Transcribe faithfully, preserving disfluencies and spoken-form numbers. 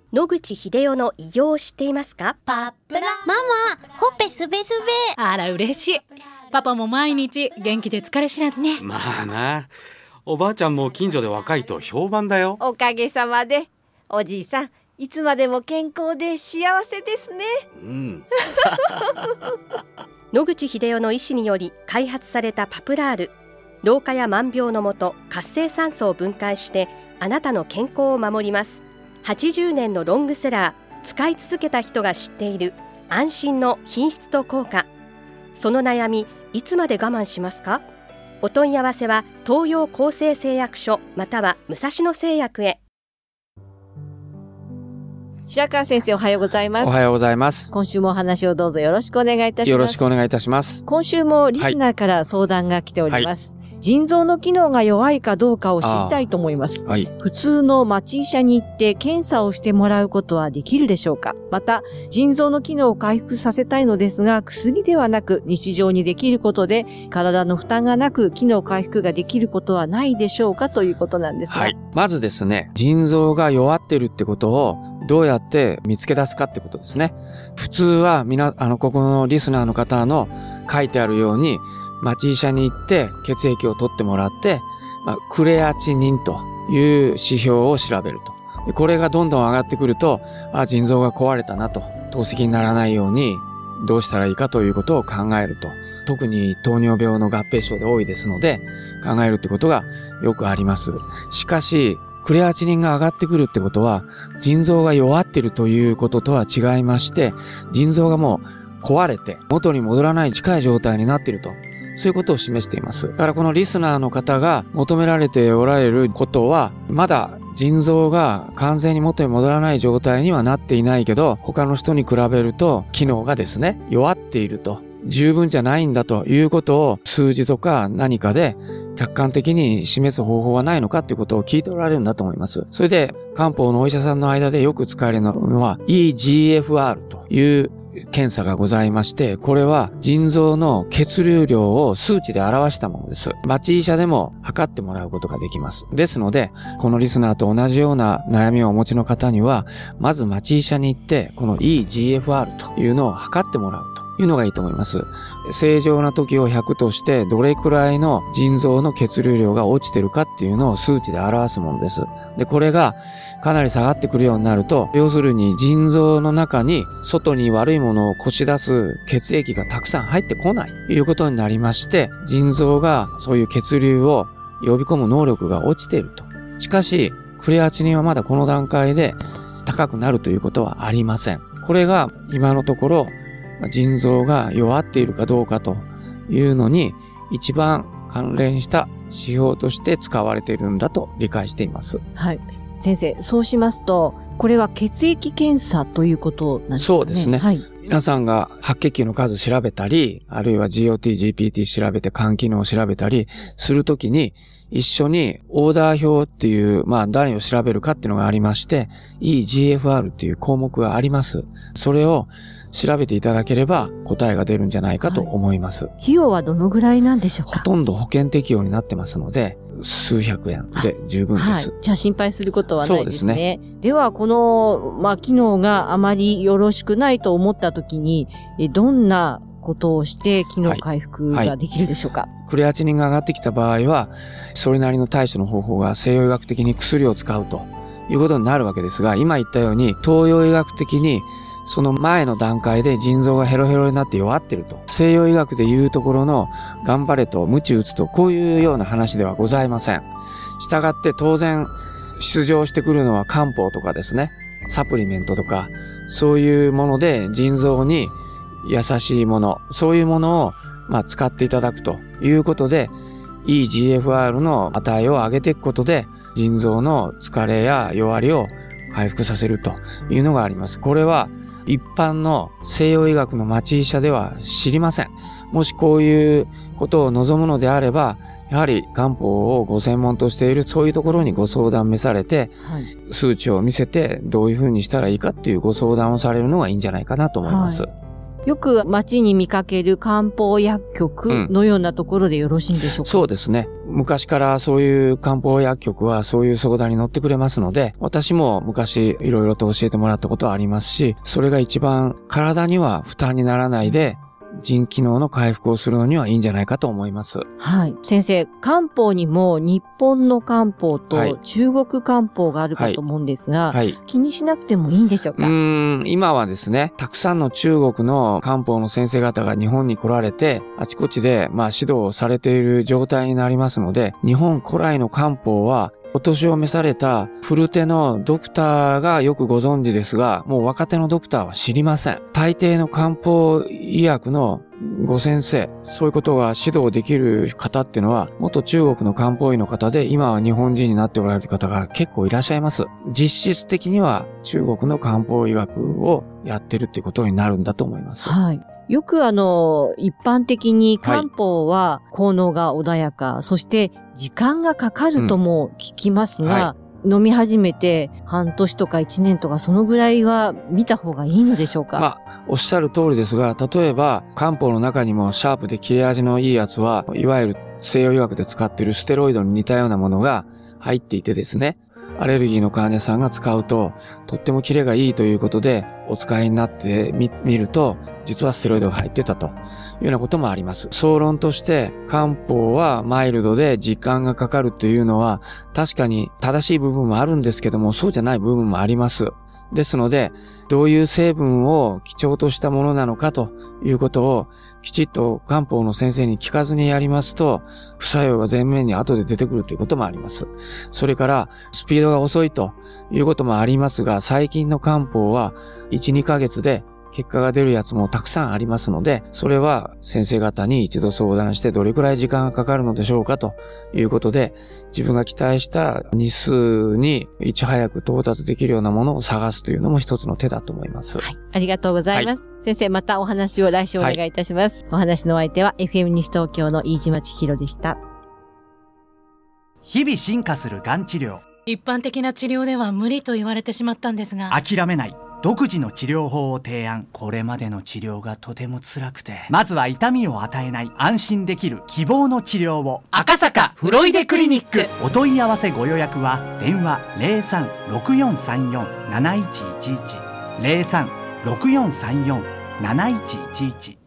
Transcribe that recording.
野口英世の偉業を知っていますか？ パプラママ、ほっぺすべすべ。 あら嬉しい。パパも毎日元気で疲れ知らずね。 まあな、おばあちゃんも近所で若いと評判だよ。 おかげさまで。おじいさん、いつまでも健康で幸せですね。 うん野口英世の医師により開発されたパプラール。老化や万病のもと活性酸素を分解してあなたの健康を守ります。はちじゅうねんのロングセラー、使い続けた人が知っている安心の品質と効果。その悩み、いつまで我慢しますか？お問い合わせは東洋厚生製薬所または武蔵野製薬へ。 白川先生、おはようございます。 おはようございます。 今週もお話をどうぞよろしくお願いいたします。 よろしくお願いいたします。 今週もリスナーから相談が来ております。はい、腎臓の機能が弱いかどうかを知りたいと思います。はい、普通の町医者に行って検査をしてもらうことはできるでしょうか？また、腎臓の機能を回復させたいのですが、薬ではなく日常にできることで体の負担がなく機能回復ができることはないでしょうかということなんですが、 はい、まずですね、腎臓が弱ってるってことをどうやって見つけ出すかってことですね。普通はみな、あの、ここのリスナーの方の書いてあるように、町医者に行って血液を取ってもらって、まあ、クレアチニンという指標を調べると。でこれがどんどん上がってくると、あ、腎臓が壊れたなと、透析にならないようにどうしたらいいかということを考えると。特に糖尿病の合併症で多いですので、考えるってことがよくあります。しかし、クレアチニンが上がってくるってことは、腎臓が弱っているということとは違いまして、腎臓がもう壊れて元に戻らない近い状態になっていると。そういうことを示しています。だからこのリスナーの方が求められておられることは、まだ腎臓が完全に元に戻らない状態にはなっていないけど、他の人に比べると機能がですね、弱っていると。十分じゃないんだということを数字とか何かで客観的に示す方法はないのかということを聞いておられるんだと思います。それで漢方のお医者さんの間でよく使われるのは イージーエフアール という検査がございまして、これは腎臓の血流量を数値で表したものです。町医者でも測ってもらうことができます。ですので、このリスナーと同じような悩みをお持ちの方には、まず町医者に行ってこの イージーエフアール というのを測ってもらうというのがいいと思います。正常な時をひゃくとしてどれくらいの腎臓の血流量が落ちてるかっていうのを数値で表すものです。で、これがかなり下がってくるようになると、要するに腎臓の中に外に悪いものをこし出す血液がたくさん入ってこないということになりまして、腎臓がそういう血流を呼び込む能力が落ちていると。しかし、クレアチニンはまだこの段階で高くなるということはありません。これが今のところ腎臓が弱っているかどうかというのに一番関連した指標として使われているんだと理解しています。 はい。先生、そうしますと、これは血液検査ということなんですかね。 そうですね。 はい。 皆さんが白血球の数調べたり、あるいは ジーオーティー、ジーピーティー 調べて肝機能を調べたりするときに、一緒にオーダー表っていう、まあ誰を調べるかっていうのがありまして、イージーエフアール っていう項目があります。それを調べていただければ答えが出るんじゃないかと思います。 はい、費用はどのぐらいなんでしょうか？ ほとんど保険適用になってますので、数百円で十分です。 はい、じゃあ心配することはないですね。 そうですね。 では、この、まあ、機能があまりよろしくないと思ったときに、どんなことをして機能回復ができるでしょうか？はいはい、 クレアチニンが上がってきた場合は、それなりの対処の方法が西洋医学的に薬を使うということになるわけですが、今言ったように東洋医学的にその前の段階で腎臓がヘロヘロになって弱ってると。西洋医学でいうところの頑張れと鞭打つと、こういうような話ではございません。したがって当然出場してくるのは漢方とかですね、サプリメントとか、そういうもので腎臓に優しいもの、そういうものをまあ使っていただくということで、イージーエフアール の値を上げていくことで腎臓の疲れや弱りを回復させるというのがあります。これは一般の西洋医学の町医者では知りません。もしこういうことを望むのであれば、やはり漢方をご専門としているそういうところにご相談召されて、はい、数値を見せてどういうふうにしたらいいかっていうご相談をされるのがいいんじゃないかなと思います。はい、 よく街に見かける漢方薬局のようなところでよろしいんでしょうか？ うん、そうですね。昔からそういう漢方薬局はそういう相談に乗ってくれますので、私も昔いろいろと教えてもらったことはありますし、それが一番体には負担にならないで、腎機能の回復をするのにはいいんじゃないかと思います。 はい。先生、漢方にも日本の漢方と中国漢方があるかと思うんですが、はいはい、気にしなくてもいいんでしょうか？ うーん、今はですね、たくさんの中国の漢方の先生方が日本に来られて、あちこちでまあ指導をされている状態になりますので、日本古来の漢方はお年を召された古手のドクターがよくご存知ですが、もう若手のドクターは知りません。大抵の漢方医薬のご先生、そういうことが指導できる方っていうのは、元中国の漢方医の方で、今は日本人になっておられる方が結構いらっしゃいます。実質的には中国の漢方医学をやってるっていうことになるんだと思います。 はい。よくあの、一般的に漢方は効能が穏やか、はい、そして時間がかかるとも聞きますが、うんはい、飲み始めて半年とか一年とかそのぐらいは見た方がいいのでしょうか？ まあ、おっしゃる通りですが、例えば漢方の中にもシャープで切れ味のいいやつは、いわゆる西洋医学で使っているステロイドに似たようなものが入っていてですね、アレルギーの患者さんが使うととってもキレがいいということでお使いになってみ、見ると実はステロイドが入ってたというようなこともあります。総論として漢方はマイルドで時間がかかるというのは確かに正しい部分もあるんですけども、そうじゃない部分もあります。ですので、どういう成分を基調としたものなのかということをきちっと漢方の先生に聞かずにやりますと、副作用が前面に後で出てくるということもあります。それからスピードが遅いということもありますが、最近の漢方はいち、にかげつで結果が出るやつもたくさんありますので、それは先生方に一度相談してどれくらい時間がかかるのでしょうかということで、自分が期待した日数にいち早く到達できるようなものを探すというのも一つの手だと思います。 はい。ありがとうございます。はい、先生、またお話を来週お願いいたします。はい、お話の相手は エフエム 西東京の飯島千尋でした。 日々進化するがん治療。 一般的な治療では無理と言われてしまったんですが、 諦めない。独自の治療法を提案。これまでの治療がとても辛くて、まずは痛みを与えない安心できる希望の治療を。 赤坂フロイデクリニック。 お問い合わせご予約は電話 ゼロさん ろくよんさんよん なないちいちいち ゼロさん ろくよんさんよん なないちいちいち